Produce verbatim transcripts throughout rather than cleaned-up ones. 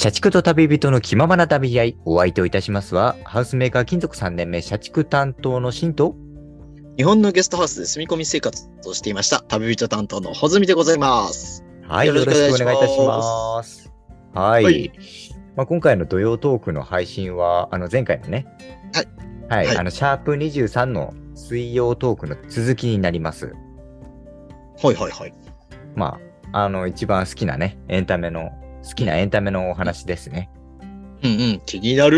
社畜と旅人の気ままな旅合い、お相手をいたしますは、ハウスメーカー金属さんねんめ社畜担当のシンと、 日本のゲストハウスで住み込み生活をしていました、旅人担当の穂積でございます。 はい、よろしくお願いいたします。はい。はい、まあ、今回の土曜トークの配信は、あの前回のね、 はい。 はい、はい、あの、シャープにじゅうさんの水曜トークの続きになります。 はいはいはい。 まあ、あの、一番好きなね、エンタメの、好きなエンタメのお話ですね。 うんうん、気になる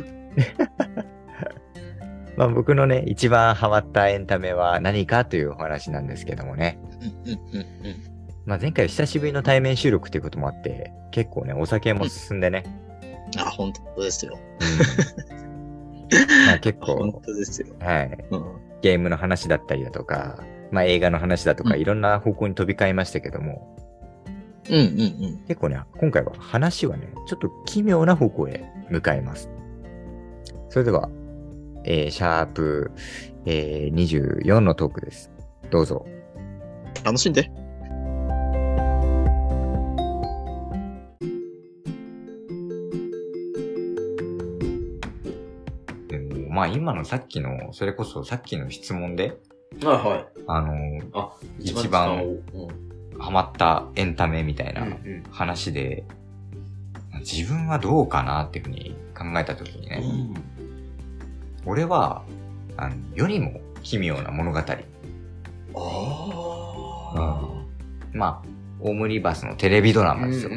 まあ僕のね、一番ハマったエンタメは何かというお話なんですけどもね。 うんうんうんうん。 まあ前回久しぶりの対面収録ということもあって、結構ね、お酒も進んでね。 うん、あ、本当ですよ。 うん、まあ結構、 本当ですよ。 はい、うん。ゲームの話だったりだとか、まあ映画の話だとか、うん、いろんな方向に飛び交いましたけども、 うんうんうん。 結構ね、今回は話はね、ちょっと奇妙な方向へ向かいます。それでは、えー、シャープ、えー、にじゅうよんのトークです。どうぞ。 楽しんで。 でもまあ今のさっきの、それこそさっきの質問で、 はいはい。 あのー、あ一番、うんハマったエンタメみたいな話で、うんうん、自分はどうかなっていうふうに考えたときにね、うん、俺はあの世にも奇妙な物語。ああ、うん、まあオムニバスのテレビドラマですよ。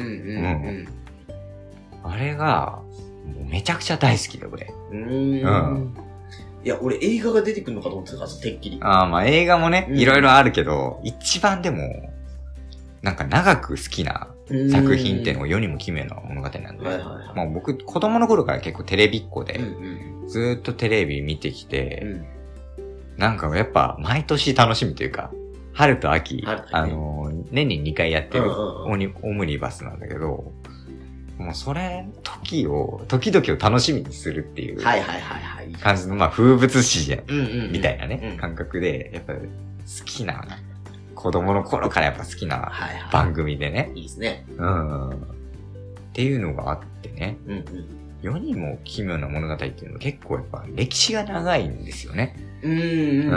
あれがもうめちゃくちゃ大好きで俺。 うーん、うん、いや俺映画が出てくるのかと思ってたからてっきり。 ああまあ映画もね、うん、いろいろあるけど一番でもなんか長く好きな作品っていうのが世にも奇妙な物語なんで、はいはいはい、まあ僕子供の頃から結構テレビっ子で、うんうん、ずーっとテレビ見てきて、うん、なんかやっぱ毎年楽しみというか、春と秋、春と秋あのー、年ににかいやってるオニ、オムニバスなんだけど、もうそれ時を時々を楽しみにするっていう感じのまあ風物詩じゃん、うんうんうん、みたいなね、うん、感覚でやっぱり好きな。子供の頃からやっぱ好きな番組でね。はいはい、いいですね。うん。っていうのがあってね。うんうん。世にも奇妙な物語っていうのは結構やっぱ歴史が長いんですよね。うんうんうん、うん。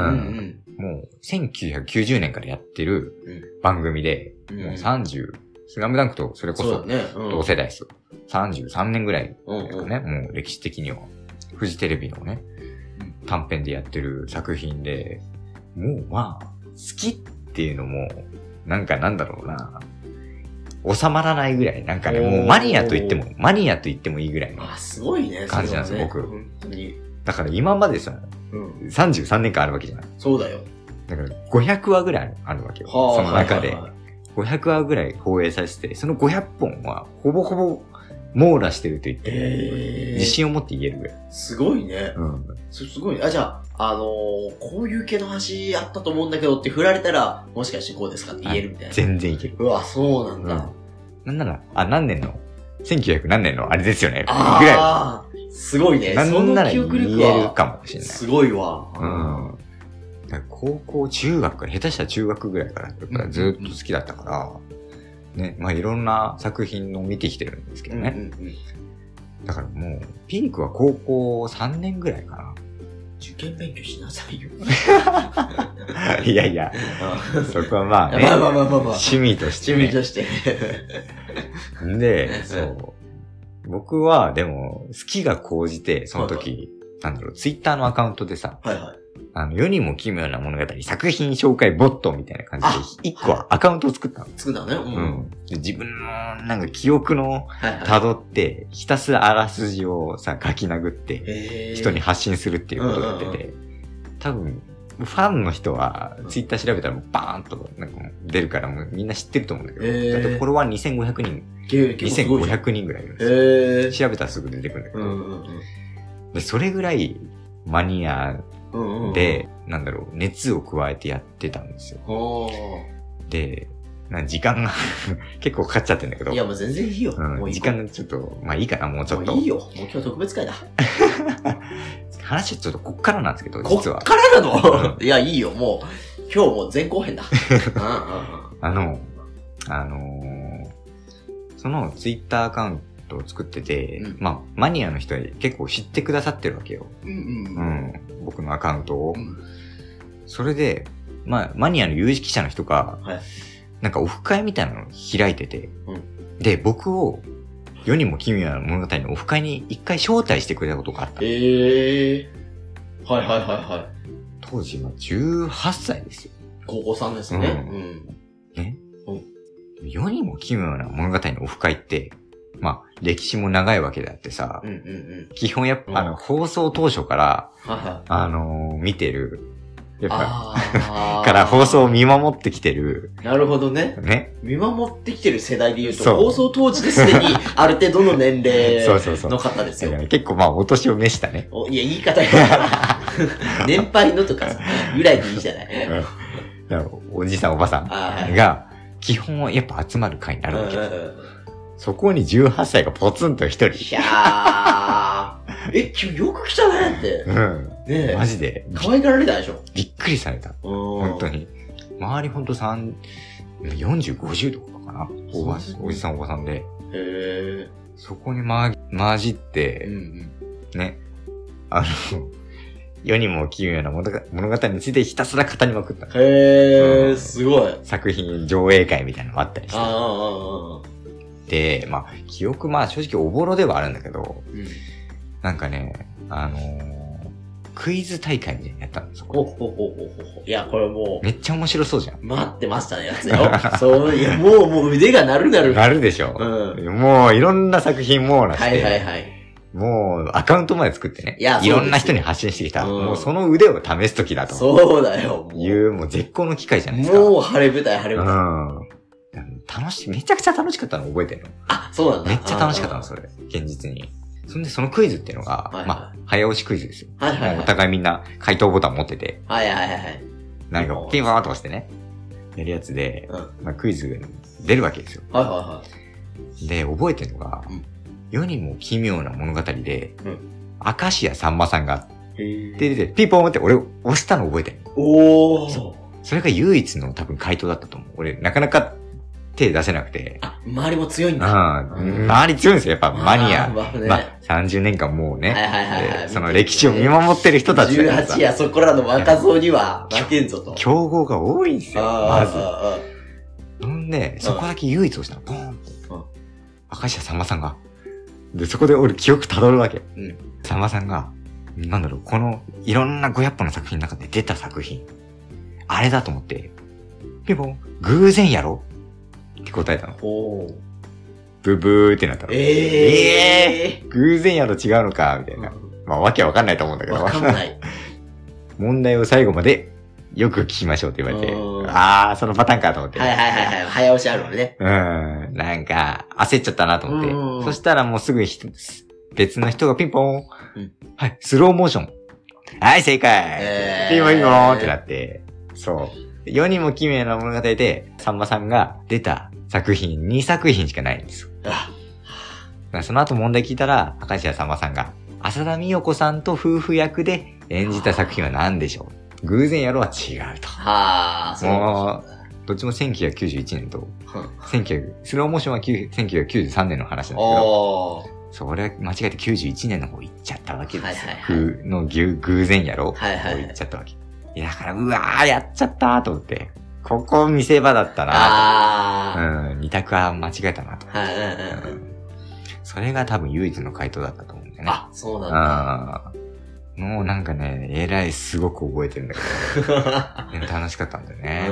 もうせんきゅうひゃくきゅうじゅうねんからやってる番組で、うん、もうさんじゅう、スラムダンクとそれこそ同世代ですよ。ねうん、さんじゅうさんねんぐらいですかね、うんうん。もう歴史的には。フジテレビのね、短編でやってる作品で、もうまあ、好きってっていうのも、なんかなんだろうな。収まらないぐらい。なんかね、もうマニアと言っても、マニアと言ってもいいぐらいの感じなんですよ、僕。本当に。だから今までさ、うん、さんじゅうさんねんかんあるわけじゃない。 そうだよ。 だからごひゃくわぐらいあるわけよ。その中で。ごひゃくわぐらい放映させて、そのごひゃっぽんはほぼほぼ網羅してると言って、えー、自信を持って言えるぐらい。 すごいね。うん。すごいね。あ、じゃあ、あのー、こういう系の話あったと思うんだけどって振られたら、もしかしてこうですかって言えるみたいな。 全然いける。 うわ、そうなんだ。 うん、なんなら、あ、何年のせんきゅうひゃく何年のあれですよね。ぐらい。 ああ、すごいね。 なんなら言えるかもしれない。 すごいわ。 うん。だから高校、中学から、下手したら中学ぐらいから、からずっと好きだったから、うんうん、ね、まあいろんな作品を見てきてるんですけどね。うんうんうん、だからもう、ピークは高校さんねんぐらいかな。 受験勉強しなさいよ。 いやいや、そこはまあね、 まあまあまあまあまあ、 趣味として、 ね。趣味として。 で、そう。僕はでも、好きが高じて、その時、はいはい、なんだろう、ツイッターのアカウントでさ、はいはい、あの、世にも奇妙な物語、作品紹介ボットみたいな感じで、一個アカウントを作ったの。 作ったのね。うん。 うん、で自分の、なんか記憶の辿って、ひたすらあらすじをさ、書き殴って、人に発信するっていうことをやってて、多分、ファンの人は、ツイッター調べたらもうバーンとなんか出るからもうみんな知ってると思うんだけど、だってフォロワーにせんごひゃくにん、にせんごひゃくにんぐらいいるんですよ。調べたらすぐ出てくるんだけど、うんうんうん、でそれぐらいマニアで、うんうん、なんだろう、熱を加えてやってたんですよ。で、なん時間が結構かかっちゃってるんだけど。 いや、もう全然いいよ。 うん、もういい時間ちょっと、まあいいかな、もうちょっと。 もういいよ。もう今日特別会だ。 話はちょっとこっからなんですけど、実は。 こっからなのいや、いいよ。もう、今日もう前後編だ。 あの、あのー、そのツイッターアカウントを作ってて、 うん、 まあ、マニアの人は結構知ってくださってるわけよ。 うんうんうん、僕のアカウントを。 うん、 それで、まあ、マニアの有識者の人が、 はい、 なんかオフ会みたいなのを開いてて、 うん、 で、僕を世にも奇妙な物語のオフ会に一回招待してくれたことがあった。 ええー。はいはいはいはい。 当時はじゅうはっさいですよ。 高校さんですね。 うん。うん、ね、うん。世にも奇妙な物語のオフ会って、まあ、歴史も長いわけであってさ、 うんうんうん、 基本やっぱ、うん、あの、放送当初から、 はいはい、 あのー、見てる、やっぱ、から放送を見守ってきてる。 なるほどね。 ね。 見守ってきてる世代で言うと、放送当時ですでにある程度の年齢の方ですよ。 そうそうそう。結構まあ、お年を召したね。 おいや、言い方や年配のとかさ、ぐらいでいいじゃない。 うん、おじさんおばさんが、基本はやっぱ集まる会になるわけ。そこにじゅうはっさいがポツンと一人。 いやー。え、今日よく来たねって。 うん。ねえ。マジで。 可愛がられたでしょ。 びっくりされた。本当に。周りほんとさん、よんじゅう、ごじゅうとかかな。お, おじさんおばさんで。 へー。 そこにま、混じって、うんうん、ね。あの、世にも奇妙な物語についてひたすら語りまくった。 へー、うん、すごい。 作品上映会みたいなのもあったりして。 ああで、まあ、記憶まあ正直おぼろではあるんだけど、うん、なんかね、あのー、クイズ大会みたいなのやったんですよ。 ほほほほほ。いや、これもう。 めっちゃ面白そうじゃん。 待ってましたね、やつよ。そう、いや、もう、もう腕が鳴るなる。 鳴るでしょ。うん。もう、いろんな作品もなして。 はいはいはい。 もう、アカウントまで作ってね。いや、いろんな人に発信してきた。うん、もう、その腕を試すときだと。 そうだよ。 いう、もう絶好の機会じゃないですか。 もう、晴れ舞台、晴れ舞台。うん。 楽しい、めちゃくちゃ楽しかったの覚えてるの。 あ、そうなんだ。 めっちゃ楽しかったの、それ。現実に。そんで、そのクイズっていうのが、はいはい、まあ、早押しクイズですよ。はいはいはい、お互いみんな回答ボタン持ってて。 はいはいはい。 なんか、ピンポーンと押してね。やるやつで、うん、まあ、クイズ出るわけですよ。 はいはいはい。 で、覚えてるのが、うん、世にも奇妙な物語で、うん、明石家さんまさんが、で、で、で、ピンポーンって俺押したの覚えてる。 おー。 そう。それが唯一の多分回答だったと思う。俺、なかなか、手出せなくて。 あ、周りも強いんだ。 うん。周り強いんですよ。やっぱマニア。まあ、ね、まあ、さんじゅうねんかんもうね。はいはいはい、はい。その歴史を見守ってる人たちだからさ。じゅうはちやそこらの若造には負けんぞと。 競合が多いんですよ。まず。んで、そこだけ唯一押したの。ポーンって。明石家さんまさんが。で、そこで俺記憶辿るわけ。うん。さんまさんが、なんだろう、このいろんなごひゃっぽんの作品の中で出た作品。あれだと思って、ピンポン、偶然やろって答えたの。おー。ブブーってなったの。えー、えー、偶然やろ違うのかみたいな。うん、まあ、わけわかんないと思うんだけど。 わかんない。 問題を最後までよく聞きましょうって言われて。あー、そのパターンかと思って。 はいはいはいはい。早押しあるのね。 うん。なんか、焦っちゃったなと思って。そしたらもうすぐ別の人がピンポーン。うん、はい、スローモーション。はい、正解、えー、ピンポンピンポーンってなって。そう。世にも奇妙な物語で、さんまさんが出た作品、にさく品しかないんですよ。あその後問題聞いたら、明石家さんまさんが、浅田美代子さんと夫婦役で演じた作品は何でしょう？偶然やろは違うと。 はぁ、そうもう、どっちもせんきゅうひゃくきゅうじゅういちねんと、せんきゅうひゃく、スローモーションはせんきゅうひゃくきゅうじゅうさんねんの話なんですけど、それは間違えてきゅうじゅういちねんの方行っちゃったわけですよ。はいはいはい、の偶然やろはいはいはい。行っちゃったわけ。いやだから、うわー、やっちゃったーと思って。ここ見せ場だったなー。うん、二択は間違えたなと。はいはいはい、うん。それが多分唯一の回答だったと思うんだよね。 あ、そうなんだ。 うん。もうなんかね、えらいすごく覚えてるんだけど。楽しかったんだよね。うん。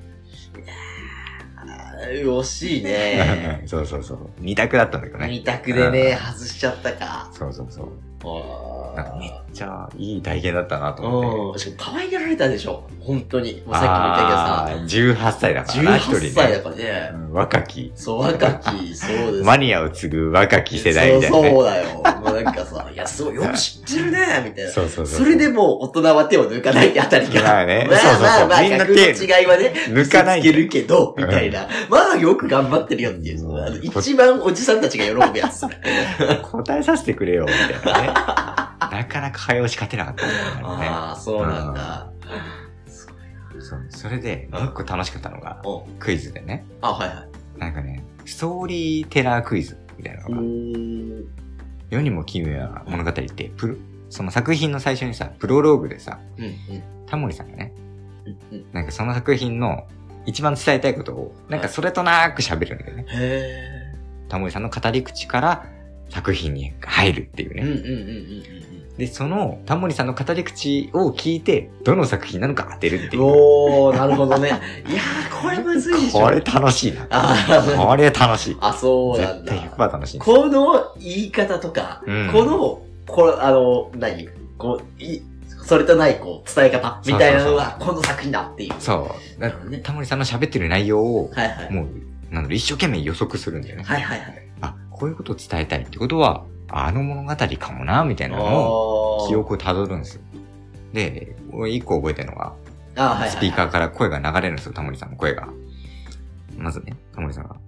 惜しいね。 そうそうそう。二択だったんだけどね。 二択でね、外しちゃったか。 そうそうそう。なんかめっちゃいい体験だったなと思って。 しかも可愛がられたでしょ。本当に。もうさっきも言ったけどさ。 じゅうはっさいだからな、一人ね。 じゅうはっさいだからね。 うん、若き。 そう、若き、そうです。 マニアを継ぐ若き世代みたいな、ね。 そう、そうだよ。もうなんかさ、いや、すごい、よく知ってるね、みたいな。 そうそうそう。 それでもう大人は手を抜かないってあたりが。 まあね。 まあそうそうそうまあまあ、みんな手の違いはね、 抜かない。 つけるけど、みたいな。まあよく頑張ってるよっていう。あの一番おじさんたちが喜ぶやつ。 答えさせてくれよ、みたいなね。なかなか早押し勝てなかったんだよね。 ああ、そうなんだ。 そう。それで、もう一個楽しかったのが、クイズでね。 あ、はいはい。 なんかね、ストーリーテラークイズ。 みたいなのが。世にも奇妙な物語って、プロ、その作品の最初にさ、プロローグでさ、うんうん、タモリさんがね、うんうん、なんかその作品の一番伝えたいことを、なんかそれとなく喋るんだよね。へー。タモリさんの語り口から作品に入るっていうね。うんうんうんうん、で、そのタモリさんの語り口を聞いて、どの作品なのか当てるっていう。 おー、なるほどね。いやー、これむずいでしょ。 これ楽しいな。あこれ楽しい。 あ、そうなんだ。 絶対 ひゃくパーセント 楽しい。 この言い方とか、うん、この、これ、あの、何こう、い、それとない、こう、伝え方みたいなのが、この作品だっていう。 そう。だね、タモリさんの喋ってる内容を、はいはい、もう、なんだろう、一生懸命予測するんだよね。はいはいはい。あ、こういうことを伝えたいってことは、あの物語かもな、みたいなのを、記憶を辿るんですよ。で、一個覚えてるのが、あ、はいはいはい、スピーカーから声が流れるんですよ、タモリさんの声が。まずね、タモリさんが。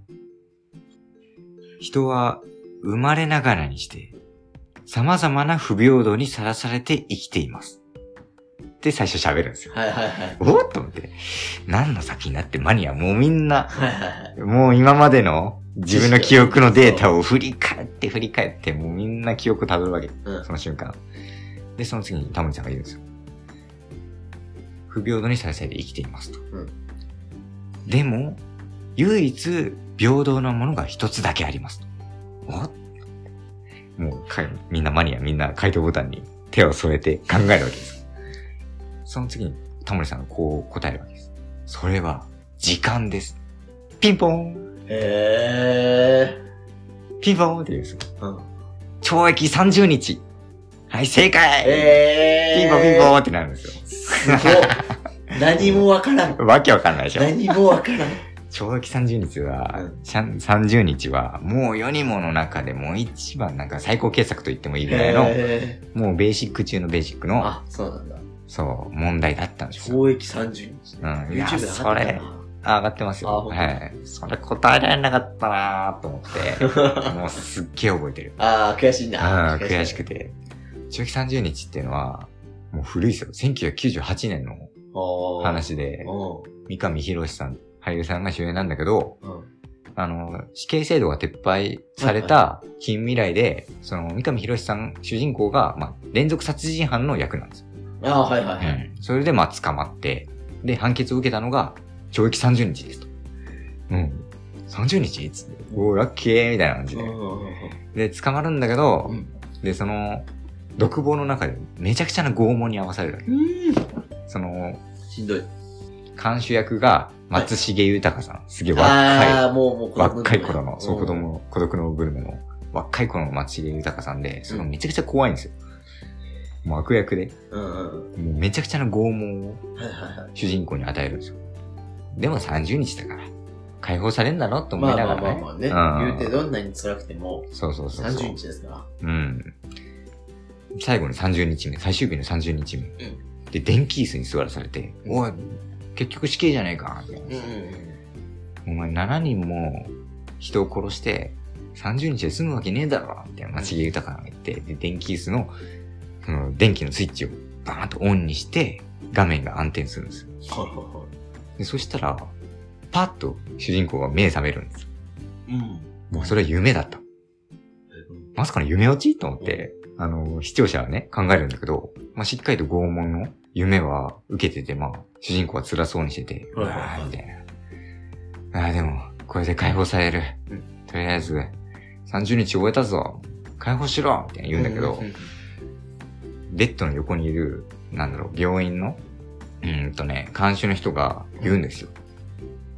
人は、生まれながらにして、様々な不平等にさらされて生きています。って最初喋るんですよ。はいはいはい。おっと思って。何の先になってマニアもうみんな、はいはいはい、もう今までの自分の記憶のデータを振り返って振り返って、もうみんな記憶をたどるわけ。うん、その瞬間。で、その次にタモリさんが言うんですよ。不平等にさらされて生きていますと。うん、でも、唯一平等なものが一つだけありますと。おもうか、みんなマニアみんな回答ボタンに手を添えて考えるわけです。その次にタモリさんがこう答えるわけです。それは時間です。ピンポーン。へー。ピンポーンって言うんですよ。うん。懲役さんじゅうにち。はい、正解。えー。ピンポンピンポンってなるんですよ。 すごい。何もわからん。 わけわかんないでしょ。 何もわからん。 懲役さんじゅうにちは、うん、さんじゅうにちは、もう世にもの中でも一番なんか最高傑作と言ってもいいぐらいの、もうベーシック中のベーシックの、 あ、そうなんだ。 そう、問題だったんですよ。 懲役さんじゅうにち。 うん。いや、それ、上がってますよ。はい。それ答えられなかったなーと思って、もうすっげー覚えてる。 ああ、悔しいな。 うん、悔しくて。懲役さんじゅうにちっていうのは、もう古いですよ。せんきゅうひゃくきゅうじゅうはちねんの話で、三上博史さん、俳優さんが主演なんだけど、うん、あの、死刑制度が撤廃された近未来で、はいはい、その、三上博史さん、主人公が、まあ、連続殺人犯の役なんですよ。 ああ、はいはいはい。 うん。それで、まあ、捕まって、で、判決を受けたのが、懲役さんじゅうにちですと。うん。さんじゅうにちつって、おー、ラッキーみたいな感じで。で、捕まるんだけど、うん、で、その、独房の中でめちゃくちゃな拷問に遭わされるわけ。その、 しんどい。 監修役が、松重豊さん。すげえ若い。ああ、もう、もう、若い頃の、そう、子供、孤独のグルメの、若い頃の松重豊さんで、そのめちゃくちゃ怖いんですよ。うん、もう悪役で。うんうん、もうめちゃくちゃな拷問を、主人公に与えるんですよ。でもさんじゅうにちだから、解放されんだろと思いながらね。 まあまあまあまあね。うん、言うてどんなに辛くても、 そうそうそう。 さんじゅうにちですから。 うん。最後にさんじゅうにちめ、最終日のさんじゅうにちめ。うん、で、電気椅子に座らされて、うん、おい、結局死刑じゃねえか、って、うんうん。お前しちにんも人を殺してさんじゅうにちで済むわけねえだろ、って松重豊が言って、で、電気椅子の、その、電気のスイッチをバーンとオンにして、画面が暗転するんですよ。はいはいはい。で、そしたら、パッと主人公が目覚めるんですよ。うん。もうそれは夢だった。まさかの夢落ちと思って、あの、視聴者はね、考えるんだけど、まあ、しっかりと拷問の夢は受けてて、まあ、主人公は辛そうにしてて、うわーみたいな。ああ、でも、これで解放される。うん、とりあえず、さんじゅうにち終えたぞ。解放しろみたいな言うんだけど、ベッドの横にいる、なんだろう、病院の、うーんとね、監修の人が言うんですよ。ん ?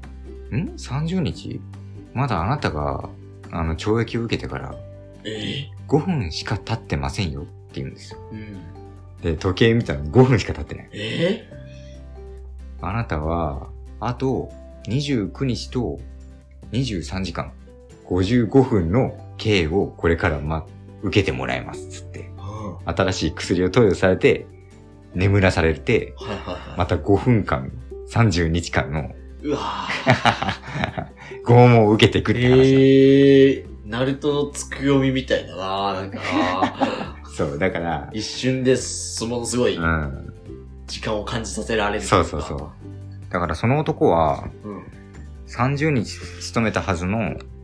さんじゅうにちまだあなたが、あの、懲役を受けてから、ごふんしか経ってませんよって言うんですよ。うん、で、時計見たらごふんしか経ってない。えー、あなたは、あとにじゅうくにちとにじゅうさんじかん、ごじゅうごふんの刑をこれからま、受けてもらいますつって。はあ、新しい薬を投与されて、眠らされて、はいはいはい、またごふんかん、さんじゅうにちかんの、うわ拷問を受けてくって話だ。 えーナルトのつくよみみたいだななんかそう、だから。 一瞬です、ものすごい、時間を感じさせられる、うん。 そうそうそう。だからその男は、うん、さんじゅうにち勤めたはずの、そ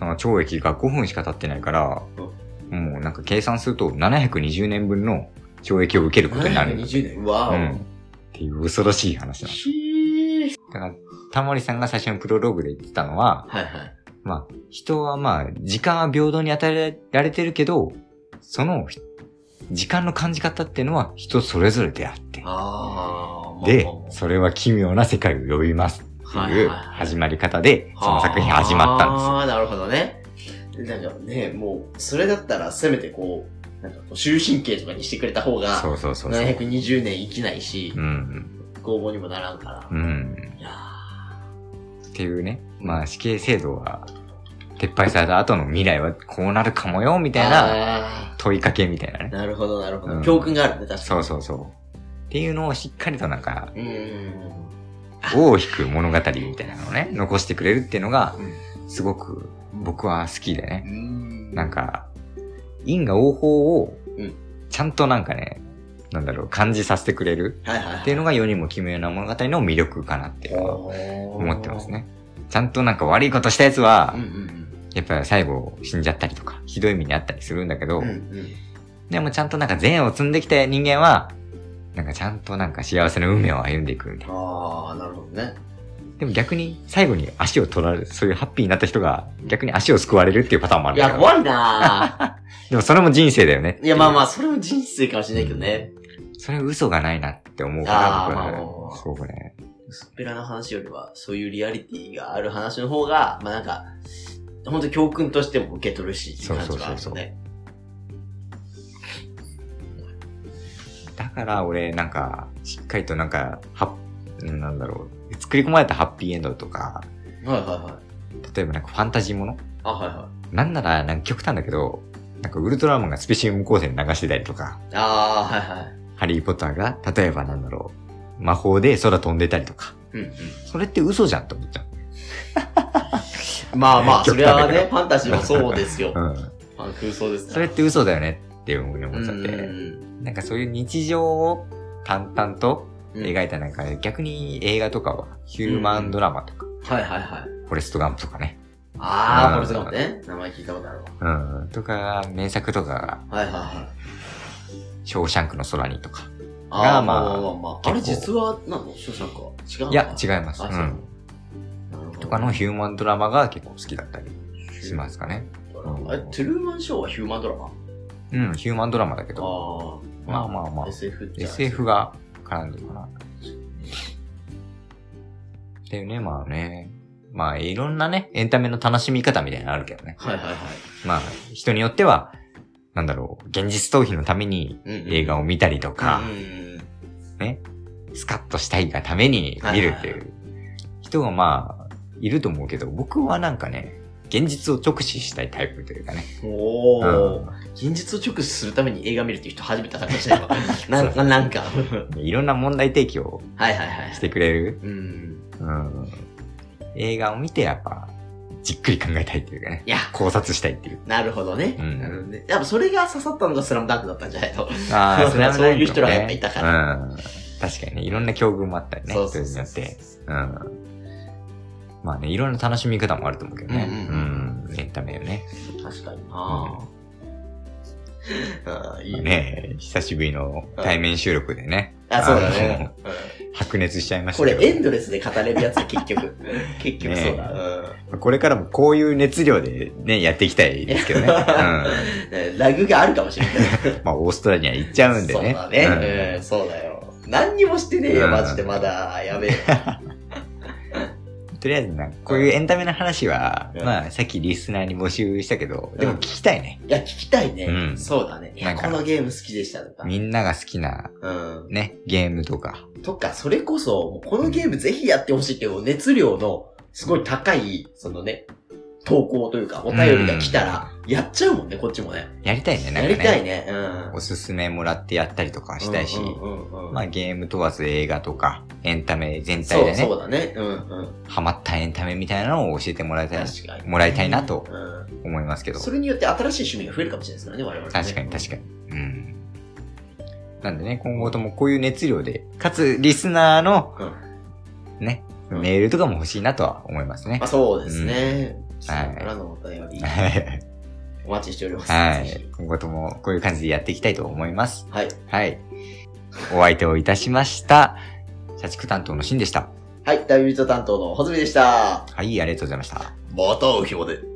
その懲役がごふんしか経ってないから、うん、もうなんか計算するとななひゃくにじゅうねんぶんの懲役を受けることになる。 ななひゃくにじゅうねんわお、うん。 っていう恐ろしい話なの。ひー。だから、タモリさんが最初のプロローグで言ってたのは、はいはい。まあ、人はまあ、時間は平等に与えられてるけど、その、時間の感じ方っていうのは人それぞれであって。あで、それは奇妙な世界を呼びますっていう始まり方で、その作品始まったんですよ。 ああ、なるほどね。なんかね、もう、それだったらせめてこう、なんかこう終身刑とかにしてくれた方が、そうそうそうそうななひゃくにじゅうねん生きないし、うん、拷問にもならんから。うん。いやっていうね、まあ死刑制度は、撤廃された後の未来はこうなるかもよ、みたいな問いかけみたいなね。 なるほど、なるほど、うん。教訓があるね、確かに。 そうそうそう。っていうのをしっかりとなんか、尾を引く物語みたいなのをね、残してくれるっていうのが、すごく僕は好きでね。なんか、因果応報を、ちゃんとなんかね、なんだろう、感じさせてくれるっていうのが世にも奇妙な物語の魅力かなっていうのは思ってますね。ちゃんとなんか悪いことしたやつは、やっぱり最後死んじゃったりとか、ひどい目にあったりするんだけど、うんうん、でもちゃんとなんか善を積んできた人間は、なんかちゃんとなんか幸せな運命を歩んでいくみたいな。 ああ、なるほどね。 でも逆に最後に足を取られる、そういうハッピーになった人が逆に足を救われるっていうパターンもあるんだよ。いや、怖いなでもそれも人生だよね。 いや、まあまあ、それも人生かもしれないけどね。 うん、それ嘘がないなって思うから、僕は、ね。そうね。 薄っぺらな話よりは、そういうリアリティがある話の方が、まあなんか、本当教訓としても受け取るし、っていう感じがあるよね。そうそうそうそう。だから俺なんか、しっかりとなんか、は、なんだろう、作り込まれたハッピーエンドとか、はいはいはい。例えばなんかファンタジーものあ、はいはい。なんなら、なんか極端だけど、なんかウルトラマンがスペシウム光線流してたりとか、ああ、はいはい。ハリーポッターが、例えばなんだろう、魔法で空飛んでたりとか、うんうん、それって嘘じゃんって思っちゃう。 まあまあ、それはね、ファンタジーもそうですよ。うん。空想ですね。 それって嘘だよねっていうふうに思っちゃって、んなんかそういう日常を淡々と描いたなんか、ね、逆に映画とかはヒューマンドラマとか、 はいはいはい。 フォレストガンプとかね。 ああ、フォレストガンプね。名前聞いたことあるわ。うん。とか、名作とかが、はいはいはい。ショーシャンクの空にとか。 ああ、まあまあまあまあ。あれ実は、なのショーシャンクは違うの？ いや、違います。うん。とかのヒューマンドラマが結構好きだったりしますかね。 あれ、トゥルーマンショーはヒューマンドラマ？ うん、ヒューマンドラマだけど。あまあまあまあ。エスエフ エスエフ が絡んでるかな。っていうね、まあね。まあいろんなね、エンタメの楽しみ方みたいなのあるけどね。はいはいはい。まあ、人によっては、なんだろう、現実逃避のために映画を見たりとか、ね、スカッとしたいがために見るっていう人がまあ、いると思うけど、僕はなんかね、現実を直視したいタイプというかね。 おー、うん、現実を直視するために映画見るっていう人初めて話したよ。なんか、なんか。 いろんな問題提起をしてくれる。映画を見てやっぱ、じっくり考えたいっていうかね。いや。考察したいっていう。 なるほどね。うん、なるほどね。やっぱそれが刺さったのがスラムダンクだったんじゃないの？ああ、スラムダンク、ね。そういう人らがやっぱいたから。 うん。確かにね、いろんな境遇もあったりね。そうそうそうそう。によって。うん。まあね、いろんな楽しみ方もあると思うけどね。うん、うんうん。エンタメよね。 確かにな、 うん、ああ、いいね。ね久しぶりの対面収録でね。 あ、そうだね。 白熱しちゃいましたけど。これエンドレスで語れるやつ結局。結局そうだ、 ねうん。これからもこういう熱量でね、やっていきたいですけどね。 うん、ラグがあるかもしれない。 まあ、オーストラリア行っちゃうんでね。 そうだね。うんうん、そうだよ。何にもしてねえよ、マジでまだ。やべえ。 とりあえずな、こういうエンタメの話は、うん、まあ、さっきリスナーに募集したけど、でも聞きたいね。 いや、聞きたいね。うん、そうだね。いや、このゲーム好きでしたとか。 みんなが好きな、うん、ね、ゲームとか。 とか、それこそ、このゲームぜひやってほしいっていう熱量の、すごい高い、そのね、投稿というか、お便りが来たら、やっちゃうもんね、こっちもね。 やりたいね、なんかね。 やりたいね。うん。 おすすめもらってやったりとかしたいし、まあゲーム問わず映画とか、エンタメ全体でね。 そう、そうだね。うんうん。 ハマったエンタメみたいなのを教えてもらいたい、もらいたいなと思いますけど。 それによって新しい趣味が増えるかもしれないですからね、我々、ね。 確かに確かに。うん。なんでね、今後ともこういう熱量で、かつリスナーの、うん、ね、メールとかも欲しいなとは思いますね。 まあそうですね。うんさんからのお便り。お待ちしております。 はい。今後ともこういう感じでやっていきたいと思います。 はい。 はい。お相手をいたしました。社畜担当のシンでした。 はい。旅人担当のホズミでした。 はい、ありがとうございました。 またおひもで。